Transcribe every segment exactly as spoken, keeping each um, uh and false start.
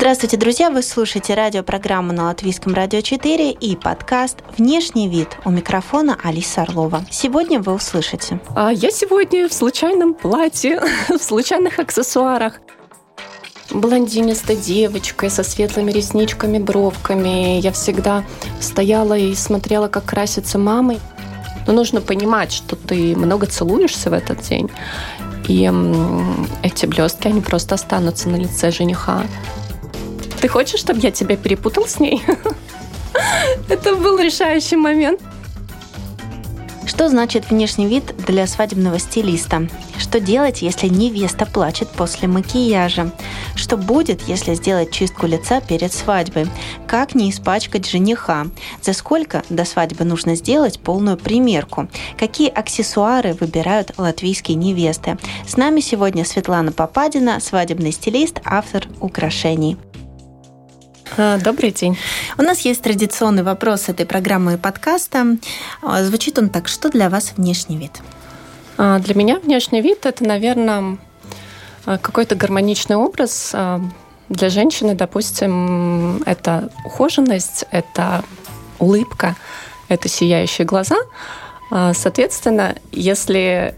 Здравствуйте, друзья! Вы слушаете радиопрограмму на Латвийском радио четыре и подкаст «Внешний вид». У микрофона Алиса Орлова. Сегодня вы услышите. А я сегодня в случайном платье, в случайных аксессуарах. Блондинистой девочкой со светлыми ресничками, бровками. Я всегда стояла и смотрела, как красится мамой. Но нужно понимать, что ты много целуешься в этот день. И м, эти блестки, они просто останутся на лице жениха. Ты хочешь, чтобы я тебя перепутал с ней? Это был решающий момент. Что значит внешний вид для свадебного стилиста? Что делать, если невеста плачет после макияжа? Что будет, если сделать чистку лица перед свадьбой? Как не испачкать жениха? За сколько до свадьбы нужно сделать полную примерку? Какие аксессуары выбирают латвийские невесты? С нами сегодня Светлана Попадина, свадебный стилист, автор украшений. Добрый день. У нас есть традиционный вопрос этой программы и подкаста. Звучит он так: что для вас внешний вид? Для меня внешний вид – это, наверное, какой-то гармоничный образ. Для женщины, допустим, это ухоженность, это улыбка, это сияющие глаза. Соответственно, если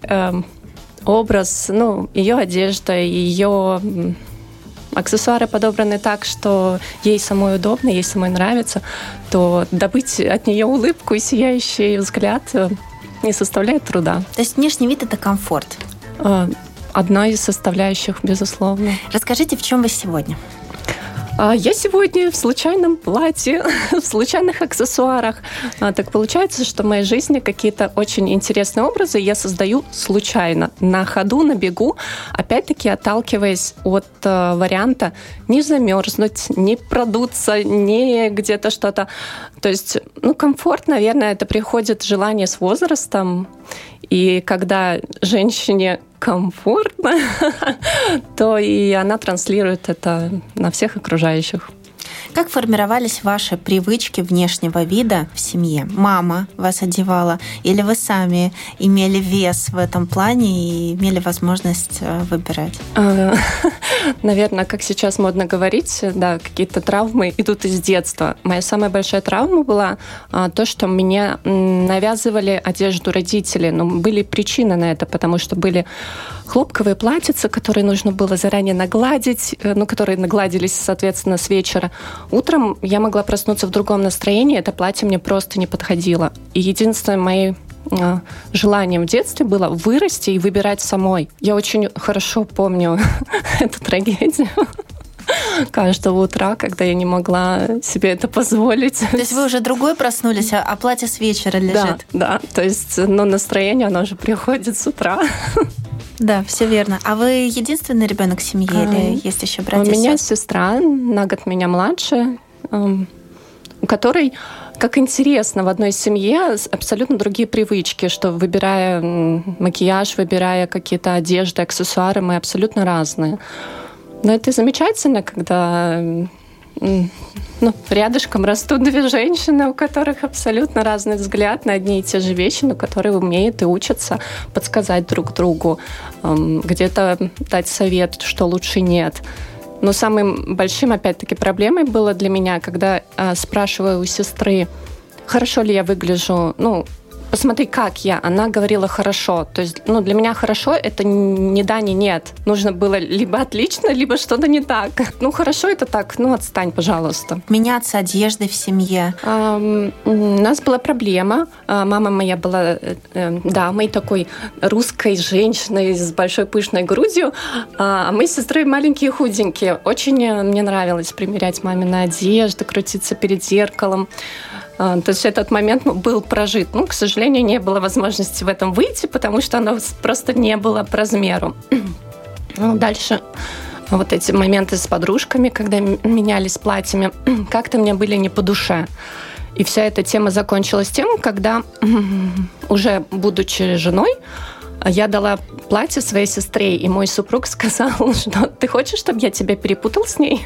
образ, ну, ее одежда, ее аксессуары подобраны так, что ей самой удобно, ей самой нравится, то добыть от нее улыбку и сияющий взгляд не составляет труда. То есть внешний вид – это комфорт? Одна из составляющих, безусловно. Расскажите, в чем вы сегодня? Я сегодня в случайном платье, в случайных аксессуарах. Так получается, что в моей жизни какие-то очень интересные образы я создаю случайно, на ходу, на бегу, опять-таки отталкиваясь от варианта не замерзнуть, не продуться, не где-то что-то. То есть, ну, комфорт, наверное, это приходит желание с возрастом. И когда женщине комфортно, то и она транслирует это на всех окружающих. Как формировались ваши привычки внешнего вида в семье? Мама вас одевала или вы сами имели вес в этом плане и имели возможность выбирать? Наверное, как сейчас модно говорить, да, какие-то травмы идут из детства. Моя самая большая травма была то, что мне навязывали одежду родители. Но были причины на это, потому что были хлопковые платьица, которые нужно было заранее нагладить, ну, которые нагладились, соответственно, с вечера. Утром я могла проснуться в другом настроении, это платье мне просто не подходило. И единственное моим э, желанием в детстве было вырасти и выбирать самой. Я очень хорошо помню эту трагедию каждого утра, когда я не могла себе это позволить. То есть вы уже другой проснулись, а платье с вечера лежит? Да, да. То есть, ну, настроение, оно уже приходит с утра. Да, все верно. А вы единственный ребенок в семье а, или есть еще братья? У меня сестра, на год меня младше, у которой, как интересно, в одной семье абсолютно другие привычки, что выбирая макияж, выбирая какие-то одежды, аксессуары, мы абсолютно разные. Но это замечательно, когда ну, рядышком растут две женщины, у которых абсолютно разный взгляд на одни и те же вещи, но которые умеют и учатся подсказать друг другу, где-то дать совет, что лучше нет. Но самым большим, опять-таки, проблемой было для меня, когда спрашиваю у сестры, хорошо ли я выгляжу, ну, посмотри, как я. Она говорила хорошо. То есть, ну, для меня хорошо — это ни да, ни нет. Нужно было либо отлично, либо что-то не так. Ну, хорошо — это так, ну, отстань, пожалуйста. Меняться одеждой в семье. Um, у нас была проблема. Мама моя была э, дамой, такой русской женщиной с большой пышной грудью, а мы с сестрой маленькие, худенькие. Очень мне нравилось примерять мамину одежду, крутиться перед зеркалом. То есть этот момент был прожит. Ну, к сожалению, не было возможности в этом выйти, потому что оно просто не было по размеру. Дальше вот эти моменты с подружками, когда менялись платьями, как-то мне были не по душе. И вся эта тема закончилась тем, когда, уже будучи женой, я дала платье своей сестре, и мой супруг сказал, что ты хочешь, чтобы я тебя перепутал с ней?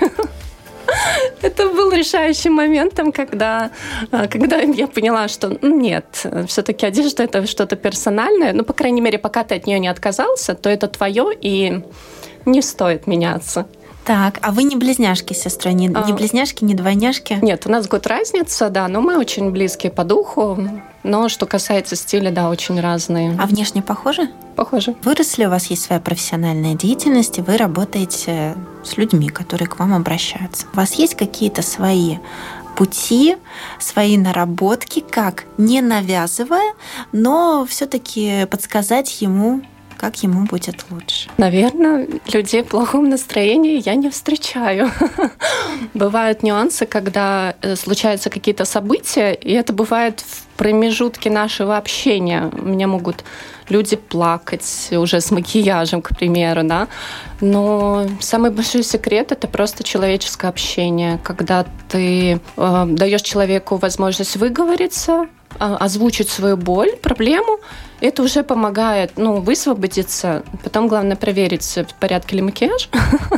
Это был решающим моментом, когда, когда я поняла, что нет, все-таки одежда – это что-то персональное. Ну, по крайней мере, пока ты от нее не отказался, то это твое, и не стоит меняться. Так, а вы не близняшки с сестрой? Не, а... не близняшки, не двойняшки? Нет, у нас год разница, да, но мы очень близкие по духу. Но что касается стиля, да, очень разные. А внешне похожи? Похожи. Выросли, у вас есть своя профессиональная деятельность, и вы работаете с людьми, которые к вам обращаются. У вас есть какие-то свои пути, свои наработки, как, не навязывая, но все-таки подсказать ему, как ему будет лучше? Наверное, людей в плохом настроении я не встречаю. Бывают нюансы, когда случаются какие-то события, и это бывает в промежутке нашего общения. У меня могут люди плакать уже с макияжем, к примеру, да. Но самый большой секрет – это просто человеческое общение, когда ты э, даешь человеку возможность выговориться, э, озвучить свою боль, проблему. Это уже помогает, ну, высвободиться. Потом главное проверить, в порядке ли макияж.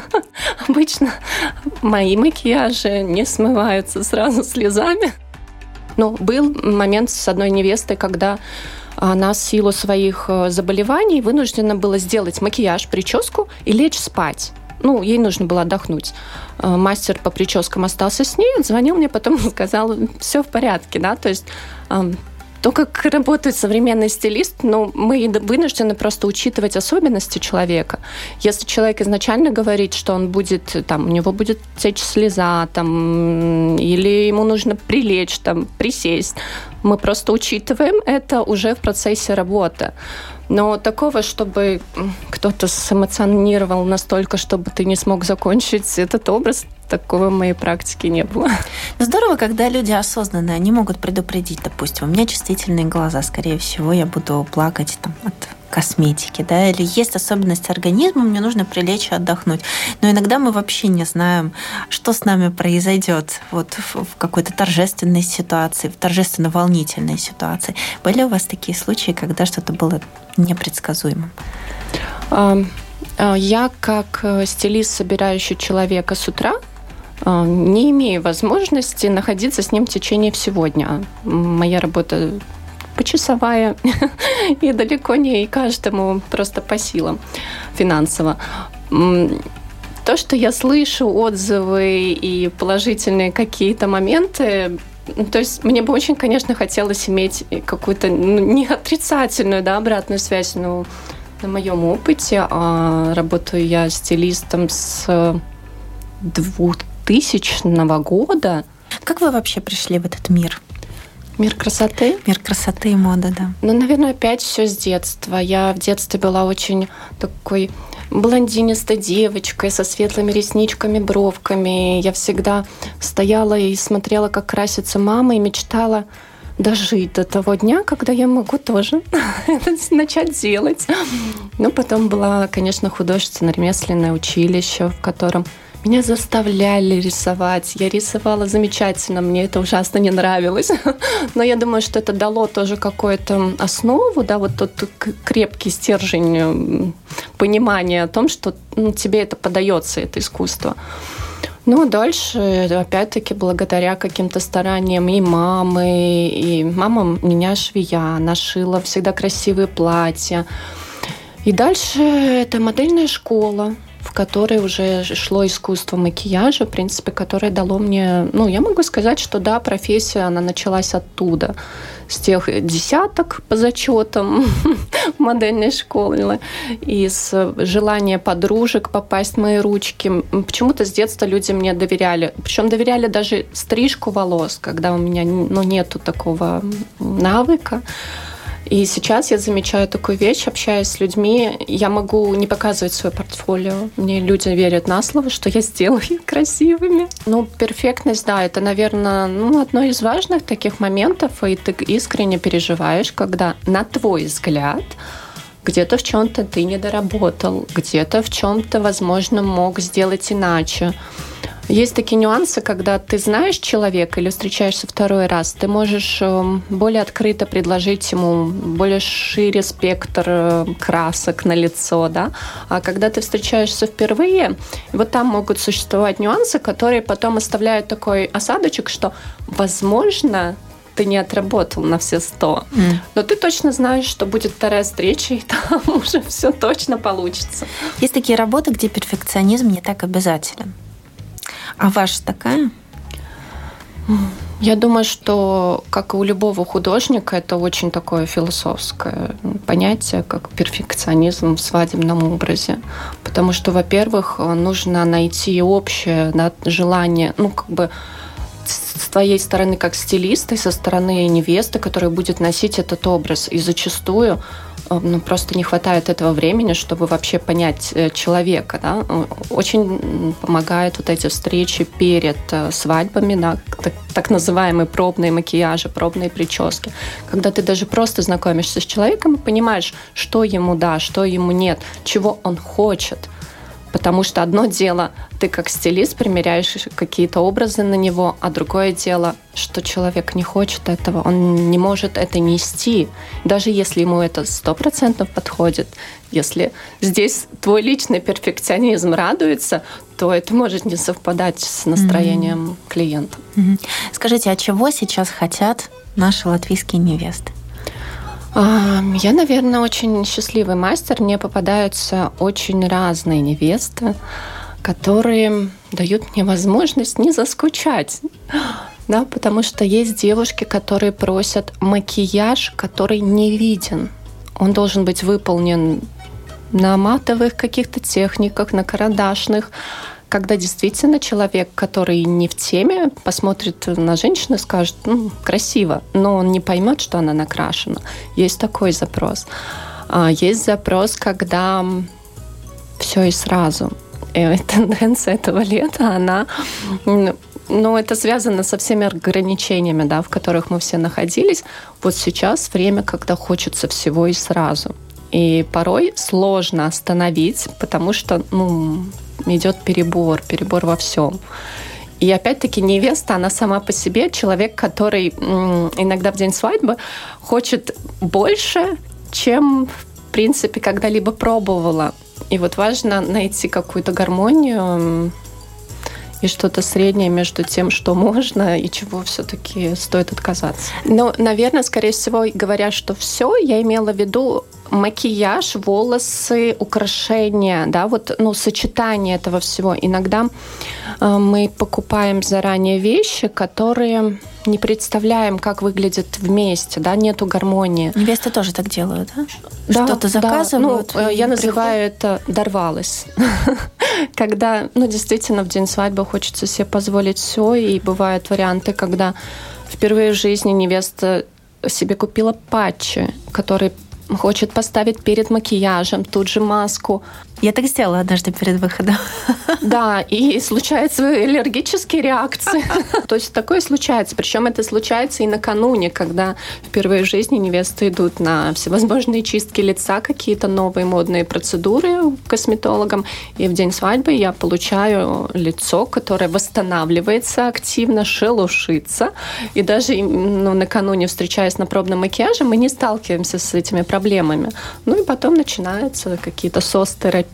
Обычно мои макияжи не смываются сразу слезами. Но был момент с одной невестой, когда она в силу своих заболеваний вынуждена была сделать макияж, прическу и лечь спать. Ну, ей нужно было отдохнуть. Мастер по прическам остался с ней, звонил мне потом и сказал, все в порядке, да, то есть то, как работает современный стилист, ну, мы вынуждены просто учитывать особенности человека. Если человек изначально говорит, что он будет, там, у него будет течь слеза, там, или ему нужно прилечь, там, присесть, мы просто учитываем это уже в процессе работы. Но такого, чтобы кто-то сэмоционировал настолько, чтобы ты не смог закончить этот образ, такого в моей практике не было. Здорово, когда люди осознанные, они могут предупредить, допустим, у меня чувствительные глаза, скорее всего, я буду плакать там, от косметики, да, или есть особенности организма, мне нужно прилечь и отдохнуть. Но иногда мы вообще не знаем, что с нами произойдет вот в какой-то торжественной ситуации, в торжественно-волнительной ситуации. Были у вас такие случаи, когда что-то было непредсказуемым? Я, как стилист, собирающий человека с утра, не имею возможности находиться с ним в течение всего дня. Моя работа почасовая, и далеко не каждому просто по силам финансово. То, что я слышу, отзывы и положительные какие-то моменты, то есть мне бы очень, конечно, хотелось иметь какую-то, ну, не отрицательную, да, обратную связь, но на моем опыте, а работаю я стилистом с двухтысячного года. Как вы вообще пришли в этот мир? Мир красоты? Мир красоты и моды, да. Ну, наверное, опять все с детства. Я в детстве была очень такой блондинистой девочкой со светлыми ресничками, бровками. Я всегда стояла и смотрела, как красится мама, и мечтала дожить до того дня, когда я могу тоже начать делать. Но потом было, конечно, художественно-ремесленное училище, в котором меня заставляли рисовать. Я рисовала замечательно, мне это ужасно не нравилось. Но я думаю, что это дало тоже какую-то основу, да, вот тот крепкий стержень понимания о том, что, ну, тебе это подается, это искусство. Ну, дальше, опять-таки, благодаря каким-то стараниям и мамы, и мама у меня швея, она шила всегда красивые платья. И дальше это модельная школа, в которой уже шло искусство макияжа, в принципе, которое дало мне... Ну, я могу сказать, что да, профессия, она началась оттуда, с тех десяток по зачетам модельной школы, и с желания подружек попасть в мои ручки. Почему-то с детства люди мне доверяли. Причем доверяли даже стрижку волос, когда у меня, ну, нету такого навыка. И сейчас я замечаю такую вещь, общаясь с людьми, я могу не показывать свое портфолио. Мне люди верят на слово, что я сделаю их красивыми. Ну, перфектность, да, это, наверное, ну, одно из важных таких моментов, и ты искренне переживаешь, когда, на твой взгляд, где-то в чем-то ты не доработал, где-то в чем-то, возможно, мог сделать иначе. Есть такие нюансы, когда ты знаешь человека или встречаешься второй раз, ты можешь более открыто предложить ему более шире спектр красок на лицо, да? А когда ты встречаешься впервые, вот там могут существовать нюансы, которые потом оставляют такой осадочек, что, возможно, ты не отработал на все сто. Mm. Но ты точно знаешь, что будет вторая встреча, и там уже все точно получится. Есть такие работы, где перфекционизм не так обязателен. А ваша такая? Я думаю, что, как и у любого художника, это очень такое философское понятие, как перфекционизм в свадебном образе. Потому что, во-первых, нужно найти общее, да, желание, ну, как бы с твоей стороны как стилиста и со стороны невесты, которая будет носить этот образ. И зачастую ну, просто не хватает этого времени, чтобы вообще понять человека. Да? Очень помогают вот эти встречи перед свадьбами, да, так, так называемые пробные макияжи, пробные прически. Когда ты даже просто знакомишься с человеком и понимаешь, что ему да, что ему нет, чего он хочет. Потому что одно дело, ты как стилист примеряешь какие-то образы на него, а другое дело, что человек не хочет этого, он не может это нести. Даже если ему это сто процентов подходит, если здесь твой личный перфекционизм радуется, то это может не совпадать с настроением mm-hmm. клиента. Mm-hmm. Скажите, а чего сейчас хотят наши латвийские невесты? Я, наверное, очень счастливый мастер. Мне попадаются очень разные невесты, которые дают мне возможность не заскучать. Да, потому что есть девушки, которые просят макияж, который не виден. Он должен быть выполнен на матовых каких-то техниках, на карандашных. Когда действительно человек, который не в теме, посмотрит на женщину и скажет, ну, красиво, но он не поймет, что она накрашена. Есть такой запрос. Есть запрос, когда все и сразу. И тенденция этого лета, она... Ну, это связано со всеми ограничениями, да, в которых мы все находились. Вот сейчас время, когда хочется всего и сразу. И порой сложно остановить, потому что, ну, идет перебор, перебор во всем. И опять-таки невеста, она сама по себе человек, который иногда в день свадьбы хочет больше, чем, в принципе, когда-либо пробовала. И вот важно найти какую-то гармонию и что-то среднее между тем, что можно и чего все-таки стоит отказаться. Ну, наверное, скорее всего, говоря, что все, я имела в виду макияж, волосы, украшения, да, вот, ну, сочетание этого всего. Иногда э, мы покупаем заранее вещи, которые не представляем, как выглядят вместе, да, нету гармонии. Невесты тоже так делают, да? Да, что-то заказывают? Да. Ну, я называю это «дорвалась». Когда, ну, действительно, в день свадьбы хочется себе позволить все, и бывают варианты, когда впервые в жизни невеста себе купила патчи, которые хочет поставить перед макияжем, тут же маску. Я так сделала однажды перед выходом. Да, и случаются аллергические реакции. То есть такое случается. Причем это случается и накануне, когда впервые в жизни невесты идут на всевозможные чистки лица, какие-то новые модные процедуры к косметологам. И в день свадьбы я получаю лицо, которое восстанавливается активно, шелушится. И даже ну, накануне, встречаясь на пробном макияже, мы не сталкиваемся с этими проблемами. Ну и потом начинаются какие-то сос-терапии.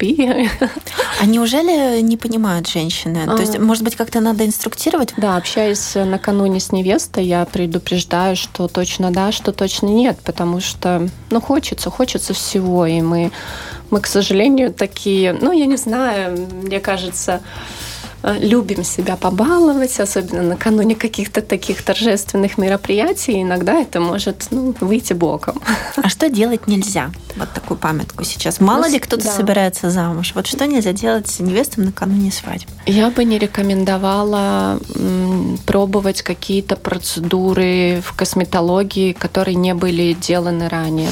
А неужели не понимают женщины? А... То есть, может быть, как-то надо инструктировать? Да, общаясь накануне с невестой, я предупреждаю, что точно да, что точно нет, потому что, ну, хочется, хочется всего, и мы, мы, к сожалению, такие, ну, я не знаю, мне кажется, любим себя побаловать, особенно накануне каких-то таких торжественных мероприятий. Иногда это может ну, выйти боком. А что делать нельзя? Вот такую памятку сейчас. Мало ну, ли кто-то да. собирается замуж. Вот что нельзя делать с невестам накануне свадьбы? Я бы не рекомендовала м, пробовать какие-то процедуры в косметологии, которые не были деланы ранее.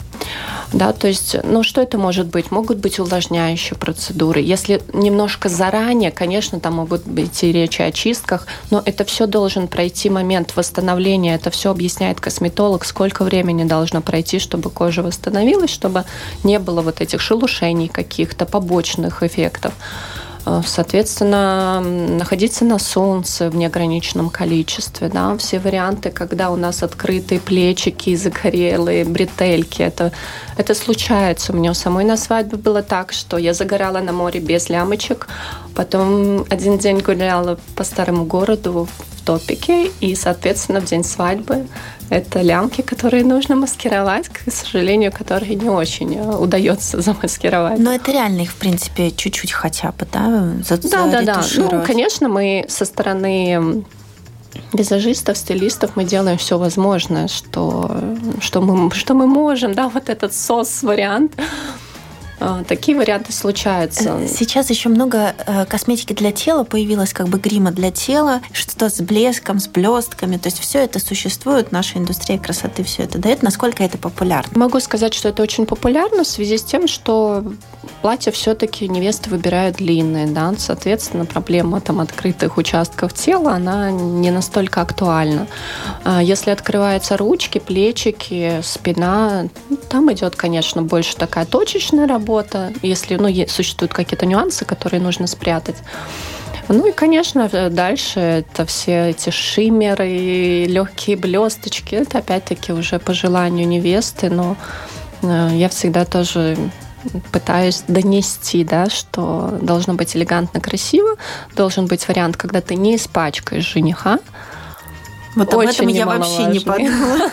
Да, то есть, ну, что это может быть? Могут быть увлажняющие процедуры. Если немножко заранее, конечно, там могут быть и речи о чистках, но это все должен пройти момент восстановления. Это все объясняет косметолог, сколько времени должно пройти, чтобы кожа восстановилась, чтобы не было вот этих шелушений каких-то, побочных эффектов. Соответственно, находиться на солнце в неограниченном количестве. Да? Все варианты, когда у нас открытые плечики, загорелые, бретельки, это, это случается. У меня у самой на свадьбе было так, что я загорала на море без лямочек, Потом один день гуляла по старому городу в топике, и, соответственно, в день свадьбы это лямки, которые нужно маскировать, к сожалению, которые не очень удается замаскировать. Но это реально их, в принципе, чуть-чуть хотя бы, да, Да, да, да. Ну, конечно, мы со стороны визажистов, стилистов мы делаем все возможное, что, что, мы, что мы можем, да, вот этот сос-вариант. Такие варианты случаются. Сейчас еще много косметики для тела появилось, как бы грима для тела, что с блеском, с блестками. То есть все это существует, наша индустрия красоты все это дает. Насколько это популярно? Могу сказать, что это очень популярно в связи с тем, что платье все-таки невесты выбирают длинные, да, соответственно, проблема там открытых участков тела, она не настолько актуальна. Если открываются ручки, плечики, спина, там идет, конечно, больше такая точечная работа, если, ну, существуют какие-то нюансы, которые нужно спрятать. Ну и, конечно, дальше это все эти шиммеры, легкие блесточки. Это опять-таки уже по желанию невесты, но я всегда тоже пытаюсь донести, да, что должно быть элегантно, красиво, должен быть вариант, когда ты не испачкаешь жениха. Вот об этом я вообще не подумала.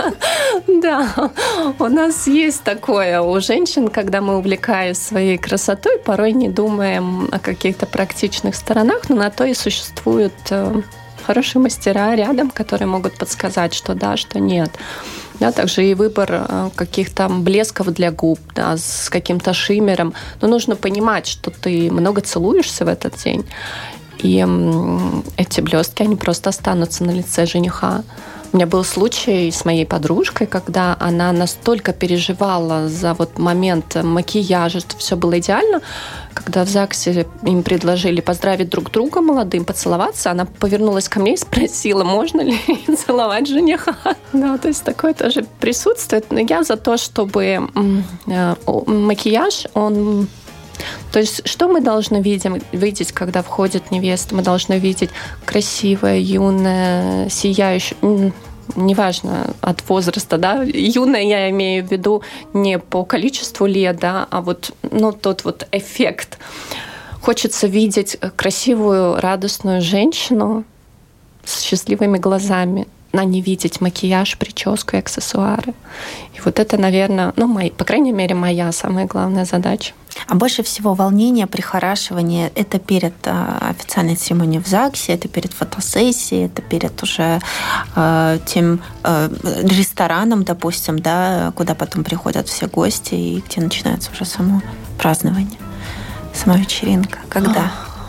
Да, у нас есть такое у женщин, когда мы увлекаемся своей красотой, порой не думаем о каких-то практичных сторонах, но на то и существуют хорошие мастера рядом, которые могут подсказать, что да, что нет. Да, также и выбор каких-то блесков для губ, да, с каким-то шиммером. Но нужно понимать, что ты много целуешься в этот день. И эти блестки, они просто останутся на лице жениха. У меня был случай с моей подружкой, когда она настолько переживала за вот момент макияжа, что все было идеально. Когда в ЗАГСе им предложили поздравить друг друга молодым, поцеловаться, она повернулась ко мне и спросила, можно ли целовать жениха. Да, то есть такое тоже присутствует. Но я за то, чтобы макияж, он... То есть, что мы должны видеть, видеть, когда входит невеста? Мы должны видеть красивое, юное, сияющее, неважно от возраста, да, юное я имею в виду не по количеству лет, да, а вот, ну, тот вот эффект. Хочется видеть красивую, радостную женщину с счастливыми глазами, а не видеть макияж, прическу и аксессуары. И вот это, наверное, ну, мои, по крайней мере, моя самая главная задача. А больше всего волнения, прихорашивания – это перед а, официальной церемонией в ЗАГСе, это перед фотосессией, это перед уже а, тем а, рестораном, допустим, да, куда потом приходят все гости и где начинается уже само празднование, сама вечеринка. Когда?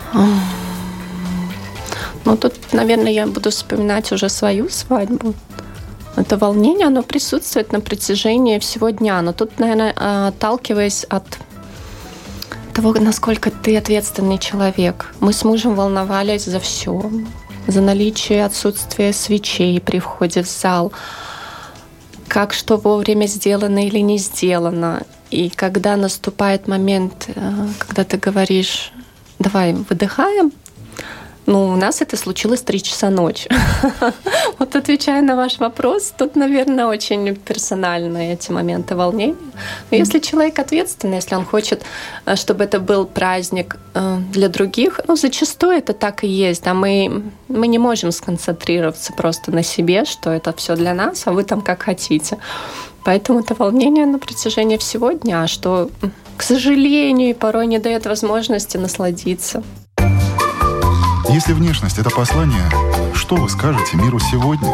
Ну, тут, наверное, я буду вспоминать уже свою свадьбу. Это волнение, оно присутствует на протяжении всего дня. Но тут, наверное, отталкиваясь от того, насколько ты ответственный человек. Мы с мужем волновались за все. За наличие, отсутствие свечей при входе в зал. Как что вовремя сделано или не сделано. И когда наступает момент, когда ты говоришь, давай выдыхаем, ну, у нас это случилось в три часа ночи. Вот отвечая на ваш вопрос, тут, наверное, очень персональные эти моменты волнения. Но если человек ответственный, если он хочет, чтобы это был праздник для других, ну, зачастую это так и есть. Да? Мы, мы не можем сконцентрироваться просто на себе, что это все для нас, а вы там как хотите. Поэтому это волнение на протяжении всего дня, что, к сожалению, порой не дает возможности насладиться. Если внешность – это послание, что вы скажете миру сегодня?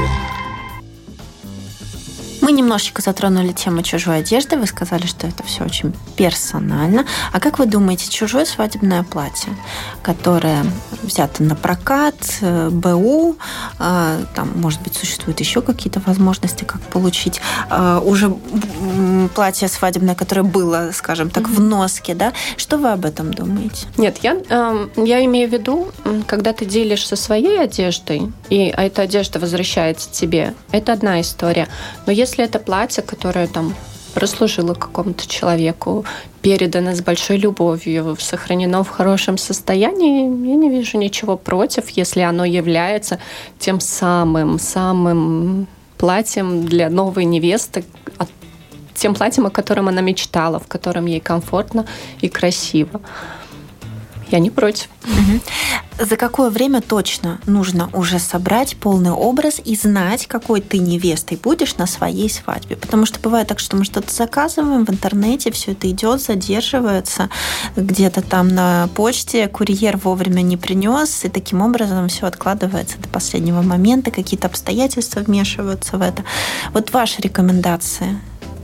Мы немножечко затронули тему чужой одежды. Вы сказали, что это все очень персонально. А как вы думаете, чужое свадебное платье, которое взято на прокат, БУ, там, может быть, существуют еще какие-то возможности, как получить уже платье свадебное, которое было, скажем так, в носке, да? Что вы об этом думаете? Нет, я, я имею в виду, когда ты делишься своей одеждой, и эта одежда возвращается тебе, это одна история. Но если Если это платье, которое там прослужило какому-то человеку, передано с большой любовью, сохранено в хорошем состоянии, я не вижу ничего против, если оно является тем самым, самым платьем для новой невесты, тем платьем, о котором она мечтала, в котором ей комфортно и красиво. Я не против. Угу. За какое время точно нужно уже собрать полный образ и знать, какой ты невестой будешь на своей свадьбе? Потому что бывает так, что мы что-то заказываем в интернете, все это идет, задерживается где-то там на почте, курьер вовремя не принес, и таким образом все откладывается до последнего момента, какие-то обстоятельства вмешиваются в это. Вот ваши рекомендации.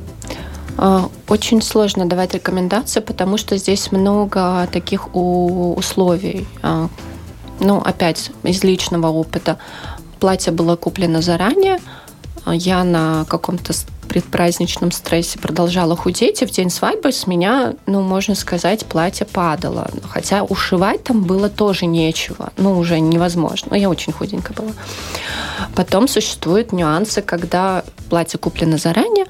Очень сложно давать рекомендации, потому что здесь много таких условий. Ну, опять, из личного опыта. Платье было куплено заранее. Я на каком-то предпраздничном стрессе продолжала худеть, и в день свадьбы с меня, ну, можно сказать, платье падало. Хотя ушивать там было тоже нечего. Ну, уже невозможно. Но я очень худенькая была. Потом существуют нюансы, когда платье куплено заранее,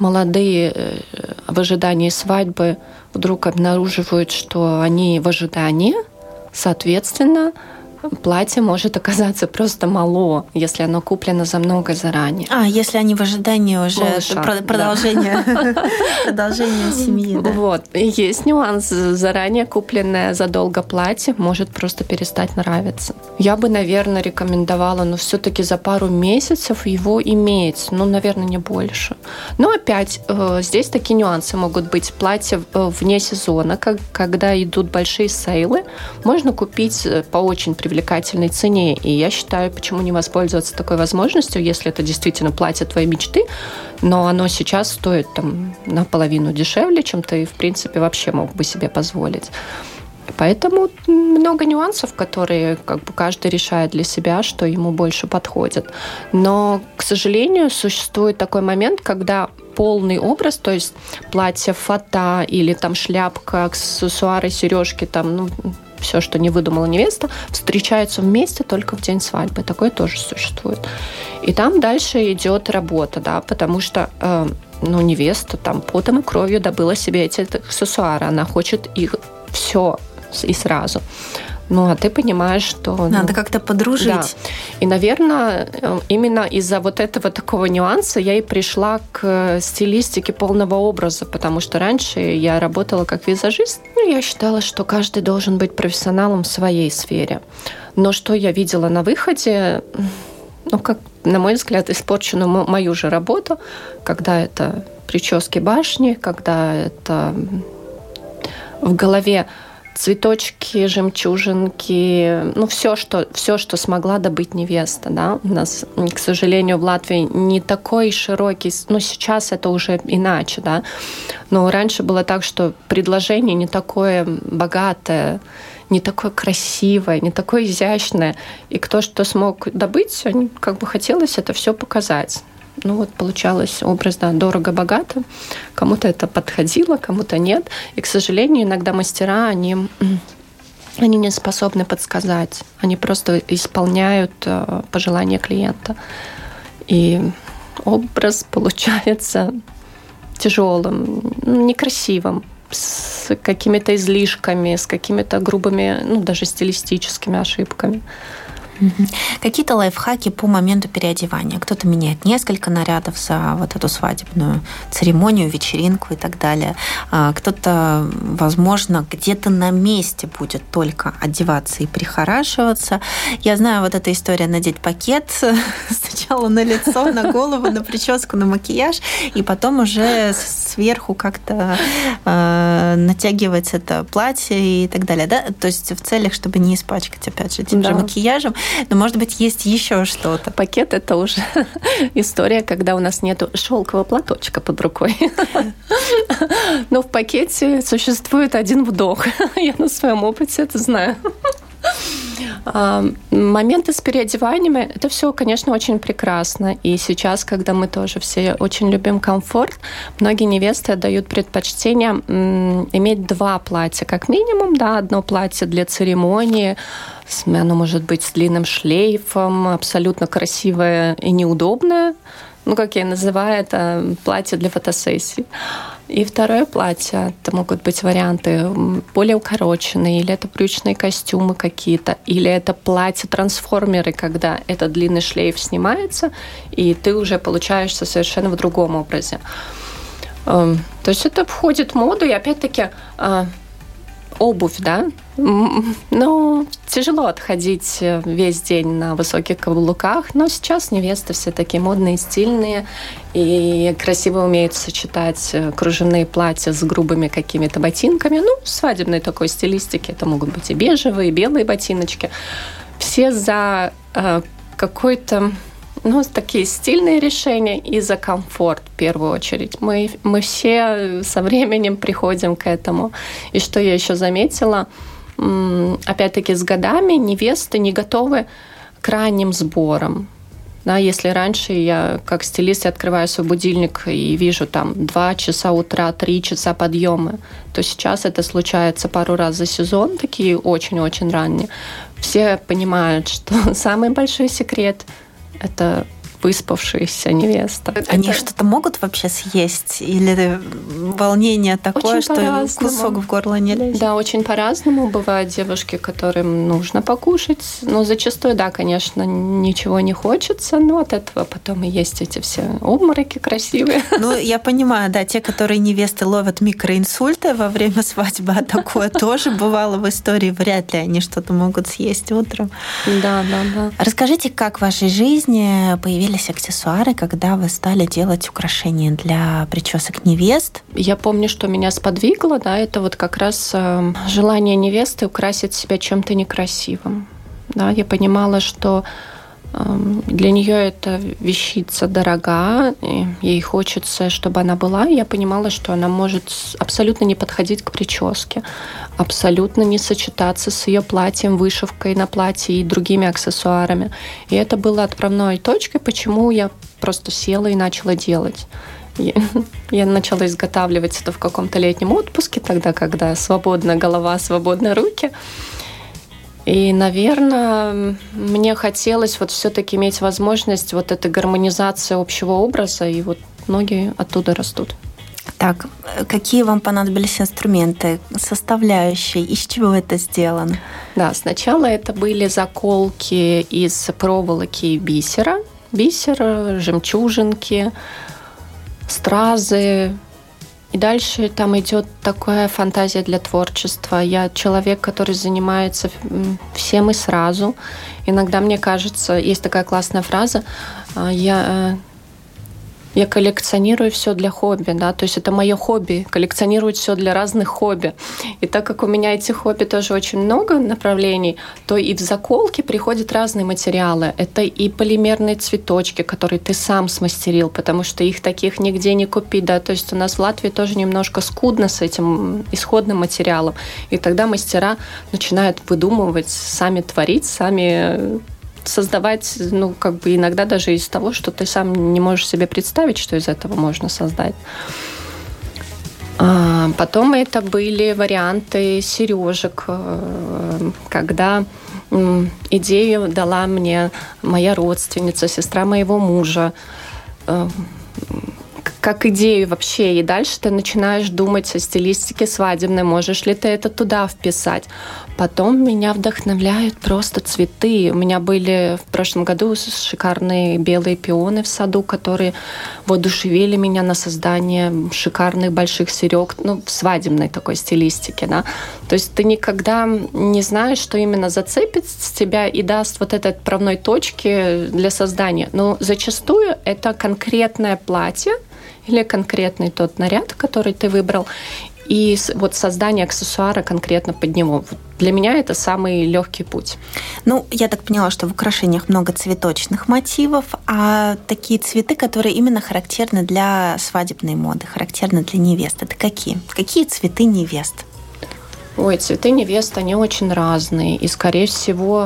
молодые в ожидании свадьбы вдруг обнаруживают, что они в ожидании, соответственно, платье может оказаться просто мало, если оно куплено за много заранее. А, если они в ожидании уже Малыша, продолжение, да. продолжение семьи. Да. Вот. И есть нюанс. Заранее купленное задолго платье может просто перестать нравиться. Я бы, наверное, рекомендовала, но все-таки за пару месяцев его иметь. Ну, наверное, не больше. Но опять, здесь такие нюансы могут быть. Платье вне сезона, когда идут большие сейлы, можно купить по очень привлекательному привлекательной цене. И я считаю, почему не воспользоваться такой возможностью, если это действительно платье твоей мечты, но оно сейчас стоит там наполовину дешевле, чем ты, в принципе, вообще мог бы себе позволить. Поэтому много нюансов, которые как бы каждый решает для себя, что ему больше подходит. Но, к сожалению, существует такой момент, когда полный образ, то есть платье, фата или там шляпка, аксессуары, сережки, там, ну, все, что не выдумала невеста, встречаются вместе только в день свадьбы. Такое тоже существует. И там дальше идет работа, да, потому что э, ну, невеста там потом и кровью добыла себе эти аксессуары. Она хочет их все и сразу. Ну, а ты понимаешь, что... Надо ну, как-то подружить. Да. И, наверное, именно из-за вот этого такого нюанса я и пришла к стилистике полного образа, потому что раньше я работала как визажист, и я считала, что каждый должен быть профессионалом в своей сфере. Но что я видела на выходе, ну, как, на мой взгляд, испорченную мою же работу, когда это прически башни, когда это в голове цветочки, жемчужинки, ну, все, что, все, что смогла добыть невеста, да. У нас, к сожалению, в Латвии не такой широкий, ну, сейчас это уже иначе, да. Но раньше было так, что предложение не такое богатое, не такое красивое, не такое изящное. И кто что смог добыть, они, как бы хотелось это все показать. Ну вот получалось образ, да, дорого-богато. Кому-то это подходило, кому-то нет. И, к сожалению, иногда мастера, они, они не способны подсказать. Они просто исполняют пожелания клиента. И образ получается тяжелым, некрасивым, с какими-то излишками, с какими-то грубыми, ну, даже стилистическими ошибками. Какие-то лайфхаки по моменту переодевания? Кто-то меняет несколько нарядов за вот эту свадебную церемонию, вечеринку и так далее. Кто-то, возможно, где-то на месте будет только одеваться и прихорашиваться. Я знаю, вот эта история надеть пакет сначала на лицо, на голову, на прическу, на макияж, и потом уже сверху как-то натягивать это платье и так далее. Да? То есть в целях, чтобы не испачкать, опять же, тем да. же макияжем. Но, может быть, есть еще что-то. Пакет – это уже история, когда у нас нет шелкового платочка под рукой. Но в пакете существует один вдох. Я на своем опыте это знаю. Моменты с переодеванием – это все, конечно, очень прекрасно. И сейчас, когда мы тоже все очень любим комфорт, многие невесты отдают предпочтение иметь два платья, как минимум, да, одно платье для церемонии, оно может быть с длинным шлейфом, абсолютно красивое и неудобное. Ну, как я называю, это платье для фотосессий. И второе платье, это могут быть варианты более укороченные, или это брючные костюмы какие-то, или это платье-трансформеры, когда этот длинный шлейф снимается, и ты уже получаешься совершенно в другом образе. То есть это входит в моду, и опять-таки обувь, да. Ну, тяжело отходить весь день на высоких каблуках, но сейчас невесты все такие модные, стильные и красиво умеют сочетать кружевные платья с грубыми какими-то ботинками. Ну, в свадебной такой стилистике это могут быть и бежевые, и белые ботиночки. Все за э, какой-то, ну, такие стильные решения и за комфорт в первую очередь. Мы, мы все со временем приходим к этому. И что я еще заметила, опять-таки с годами невесты не готовы к ранним сборам. Да, если раньше я как стилист открываю свой будильник и вижу там два часа утра, три часа подъема, то сейчас это случается пару раз за сезон, такие очень-очень ранние. Все понимают, что самый большой секрет – это выспавшаяся невеста. Они это... что-то могут вообще съесть? Или волнение такое, очень что кусок в горло не лезет? Да, очень по-разному. Бывают девушки, которым нужно покушать. Но зачастую, да, конечно, ничего не хочется. Но от этого потом и есть эти все обмороки красивые. Ну, я понимаю, да, те, которые невесты ловят микроинсульты во время свадьбы, а такое тоже бывало в истории. Вряд ли они что-то могут съесть утром. Да, да, да. Расскажите, как в вашей жизни появились аксессуары, когда вы стали делать украшения для причесок невест? Я помню, что меня сподвигло, да, это вот как раз э, желание невесты украсить себя чем-то некрасивым. Да, я понимала, что э, для нее эта вещица дорога, и ей хочется, чтобы она была. И я понимала, что она может абсолютно не подходить к прическе, абсолютно не сочетаться с ее платьем, вышивкой на платье и другими аксессуарами. И это было отправной точкой, почему я просто села и начала делать. Я начала изготавливать это в каком-то летнем отпуске, тогда, когда свободная голова, свободные руки. И, наверное, мне хотелось вот все-таки иметь возможность вот этой гармонизации общего образа, и вот ноги оттуда растут. Так, какие вам понадобились инструменты, составляющие, из чего это сделано? Да, сначала это были заколки из проволоки и бисера. Бисер, жемчужинки, стразы. И дальше там идет такая фантазия для творчества. Я человек, который занимается всем и сразу. Иногда мне кажется, есть такая классная фраза, я... Я коллекционирую все для хобби, да, то есть это мое хобби, коллекционировать все для разных хобби. И так как у меня эти хобби тоже очень много направлений, то и в заколке приходят разные материалы. Это и полимерные цветочки, которые ты сам смастерил, потому что их таких нигде не купить, да, то есть у нас в Латвии тоже немножко скудно с этим исходным материалом. И тогда мастера начинают выдумывать, сами творить, сами создавать, ну, как бы иногда даже из того, что ты сам не можешь себе представить, что из этого можно создать. А потом это были варианты сережек, когда идею дала мне моя родственница, сестра моего мужа, как идею вообще. И дальше ты начинаешь думать о стилистике свадебной, можешь ли ты это туда вписать. Потом меня вдохновляют просто цветы. У меня были в прошлом году шикарные белые пионы в саду, которые воодушевили меня на создание шикарных больших серег, ну, в свадебной такой стилистике, да. То есть ты никогда не знаешь, что именно зацепит тебя и даст вот этой отправной точки для создания. Но зачастую это конкретное платье или конкретный тот наряд, который ты выбрал, и вот создание аксессуара конкретно под него. Для меня это самый легкий путь. Ну, я так поняла, что в украшениях много цветочных мотивов, а такие цветы, которые именно характерны для свадебной моды, характерны для невест, это какие? Какие цветы невест? Ой, цветы невест, они очень разные. И, скорее всего,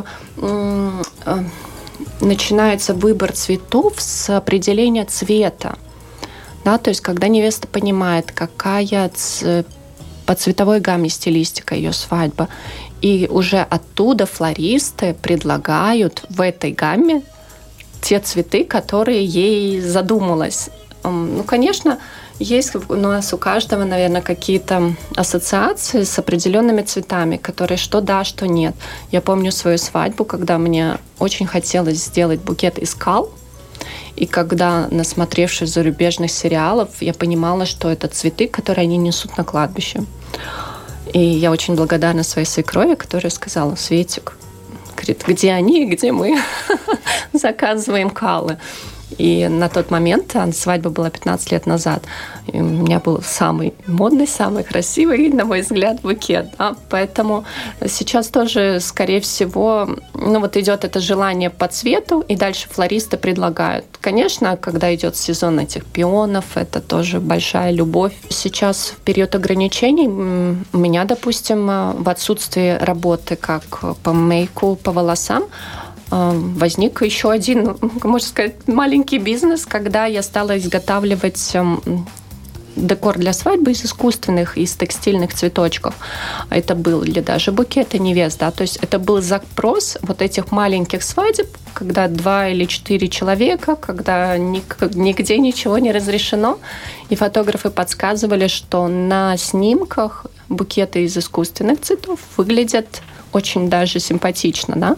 начинается выбор цветов с определения цвета. Да, то есть, когда невеста понимает, какая ц... по цветовой гамме стилистика ее свадьба, и уже оттуда флористы предлагают в этой гамме те цветы, которые ей задумалось. Ну, конечно, есть у нас у каждого, наверное, какие-то ассоциации с определенными цветами, которые что да, что нет. Я помню свою свадьбу, когда мне очень хотелось сделать букет из скал. И когда, насмотревшись зарубежных сериалов, я понимала, что это цветы, которые они несут на кладбище. И я очень благодарна своей свекрови, которая сказала: Светик, говорит, где они, где мы заказываем калы. И на тот момент, свадьба была пятнадцать лет назад, и у меня был самый модный, самый красивый, на мой взгляд, букет. Да? Поэтому сейчас тоже, скорее всего, ну вот идет это желание по цвету, и дальше флористы предлагают. Конечно, когда идет сезон этих пионов, это тоже большая любовь. Сейчас в период ограничений у меня, допустим, в отсутствии работы как по мейку, по волосам, возник еще один, можно сказать, маленький бизнес, когда я стала изготавливать декор для свадьбы из искусственных, из текстильных цветочков. Это были даже букеты невест, да, то есть это был запрос вот этих маленьких свадеб, когда два или четыре человека, когда нигде ничего не разрешено, и фотографы подсказывали, что на снимках букеты из искусственных цветов выглядят очень даже симпатично, да.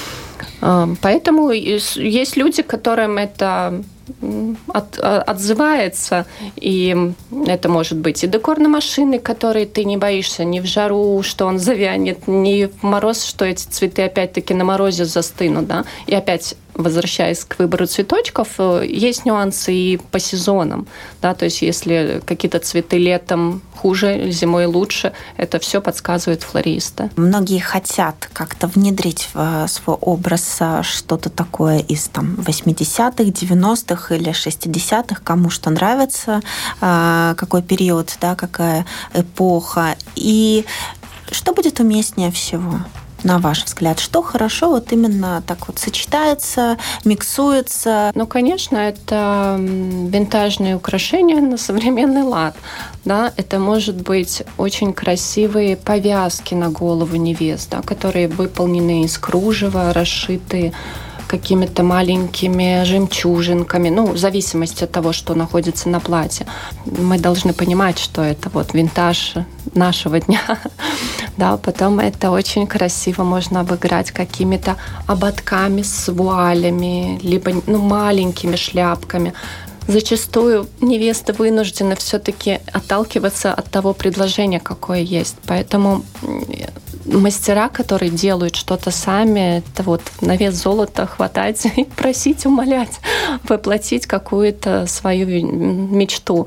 Поэтому есть люди, которым это от, отзывается, и это может быть и декор на машины, которые ты не боишься ни в жару, что он завянет, ни в мороз, что эти цветы опять-таки на морозе застынут, да, и опять возвращаясь к выбору цветочков, есть нюансы и по сезонам, да, то есть если какие-то цветы летом хуже, зимой лучше, это все подсказывает флористы. Многие хотят как-то внедрить в свой образ что-то такое из там восьмидесятых, девяностых или шестидесятых, кому что нравится, какой период, да, какая эпоха, и что будет уместнее всего? На ваш взгляд, что хорошо вот именно так вот сочетается, миксуется? Ну, конечно, это винтажные украшения на современный лад. Да? Это может быть очень красивые повязки на голову невест, да, которые выполнены из кружева, расшиты какими-то маленькими жемчужинками, ну, в зависимости от того, что находится на платье. Мы должны понимать, что это вот винтаж нашего дня. Да, потом это очень красиво можно обыграть какими-то ободками с вуалями, либо ну, маленькими шляпками. Зачастую невеста вынуждена все-таки отталкиваться от того предложения, какое есть. Поэтому мастера, которые делают что-то сами, это вот на вес золота хватать и просить, умолять, воплотить какую-то свою мечту.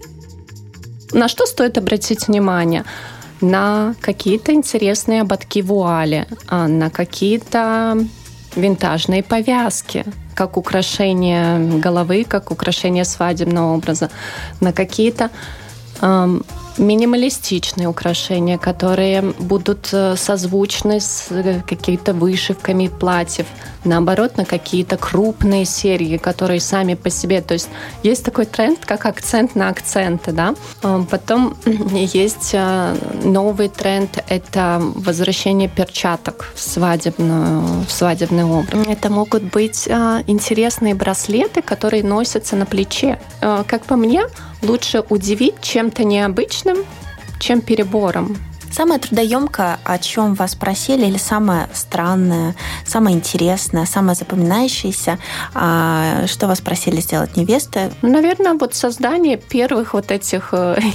На что стоит обратить внимание? На какие-то интересные ободки вуали, на какие-то винтажные повязки, как украшение головы, как украшение свадебного образа, на какие-то э, минималистичные украшения, которые будут созвучны с какими-то вышивками платьев, наоборот, на какие-то крупные серьги, которые сами по себе, то есть есть такой тренд, как акцент на акценты, да. Потом есть новый тренд, это возвращение перчаток в, свадебную, в свадебный образ. Это могут быть интересные браслеты, которые носятся на плече. Как по мне, лучше удивить чем-то необычным, чем перебором. Самое трудоемкое, о чем вас просили, или самое странное, самое интересное, самое запоминающееся, что вас просили сделать невесты? Наверное, вот создание первых вот этих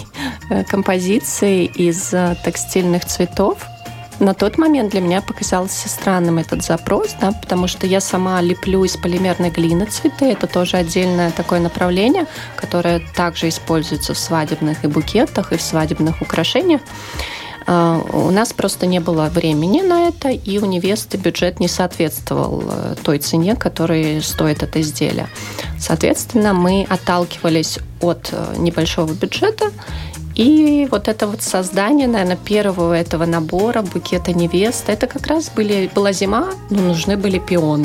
композиций из текстильных цветов. На тот момент для меня показался странным этот запрос, да, потому что я сама леплю из полимерной глины цветы. Это тоже отдельное такое направление, которое также используется в свадебных и букетах, и в свадебных украшениях. У нас просто не было времени на это, и у невесты бюджет не соответствовал той цене, которой стоит это изделие. Соответственно, мы отталкивались от небольшого бюджета, и вот это вот создание, наверное, первого этого набора букета невесты, это как раз были, была зима, но нужны были пионы.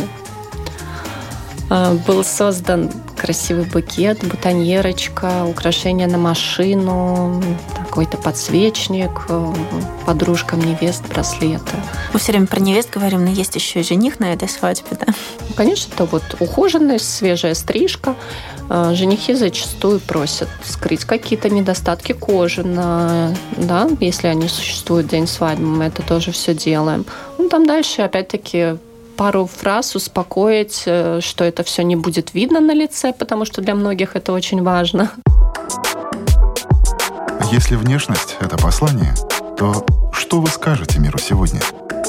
Был создан красивый букет, бутоньерочка, украшения на машину, какой-то подсвечник, подружкам невест, браслеты. Мы все время про невест говорим, но есть еще и жених на этой свадьбе, да? Конечно, это вот ухоженная, свежая стрижка. Женихи зачастую просят скрыть какие-то недостатки кожи, на, да, если они существуют в день свадьбы, мы это тоже все делаем. Ну, там дальше, опять-таки, пару фраз успокоить, что это все не будет видно на лице, потому что для многих это очень важно. Если внешность — это послание, то что вы скажете миру сегодня?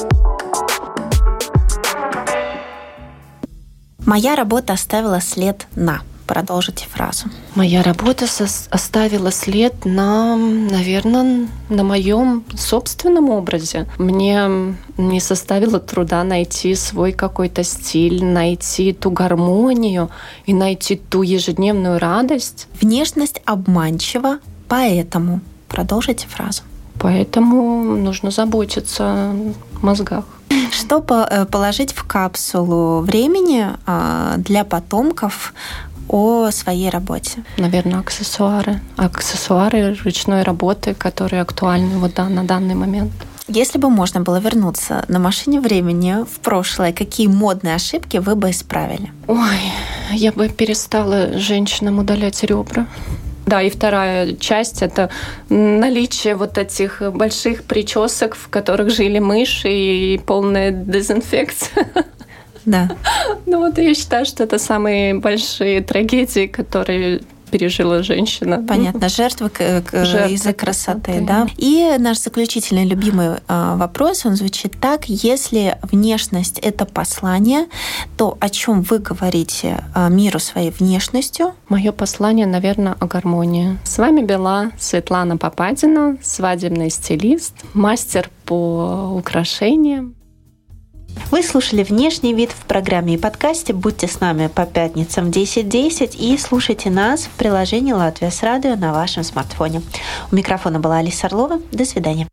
Моя работа оставила след на. Продолжите фразу. Моя работа со- оставила след на, наверное, на моем собственном образе. Мне не составило труда найти свой какой-то стиль, найти ту гармонию и найти ту ежедневную радость. Внешность обманчива, поэтому... Продолжите фразу. Поэтому нужно заботиться о мозгах. Что положить в капсулу времени для потомков о своей работе? Наверное, аксессуары. Аксессуары ручной работы, которые актуальны вот на данный момент. Если бы можно было вернуться на машине времени в прошлое, какие модные ошибки вы бы исправили? Ой, я бы перестала женщинам удалять ребра. Да, и вторая часть – это наличие вот этих больших причесок, в которых жили мыши, и полная дезинфекция. Да. Ну вот я считаю, что это самые большие трагедии, которые пережила женщина. Понятно. Жертвы Жертвы из-за красоты, красоты, да. И наш заключительный любимый вопрос, он звучит так. Если внешность – это послание, то о чем вы говорите миру своей внешностью? Мое послание, наверное, о гармонии. С вами была Светлана Попадина, свадебный стилист, мастер по украшениям. Вы слушали «Внешний вид» в программе и подкасте. Будьте с нами по пятницам в десять десять и слушайте нас в приложении «Латвия с радио» на вашем смартфоне. У микрофона была Алиса Орлова. До свидания.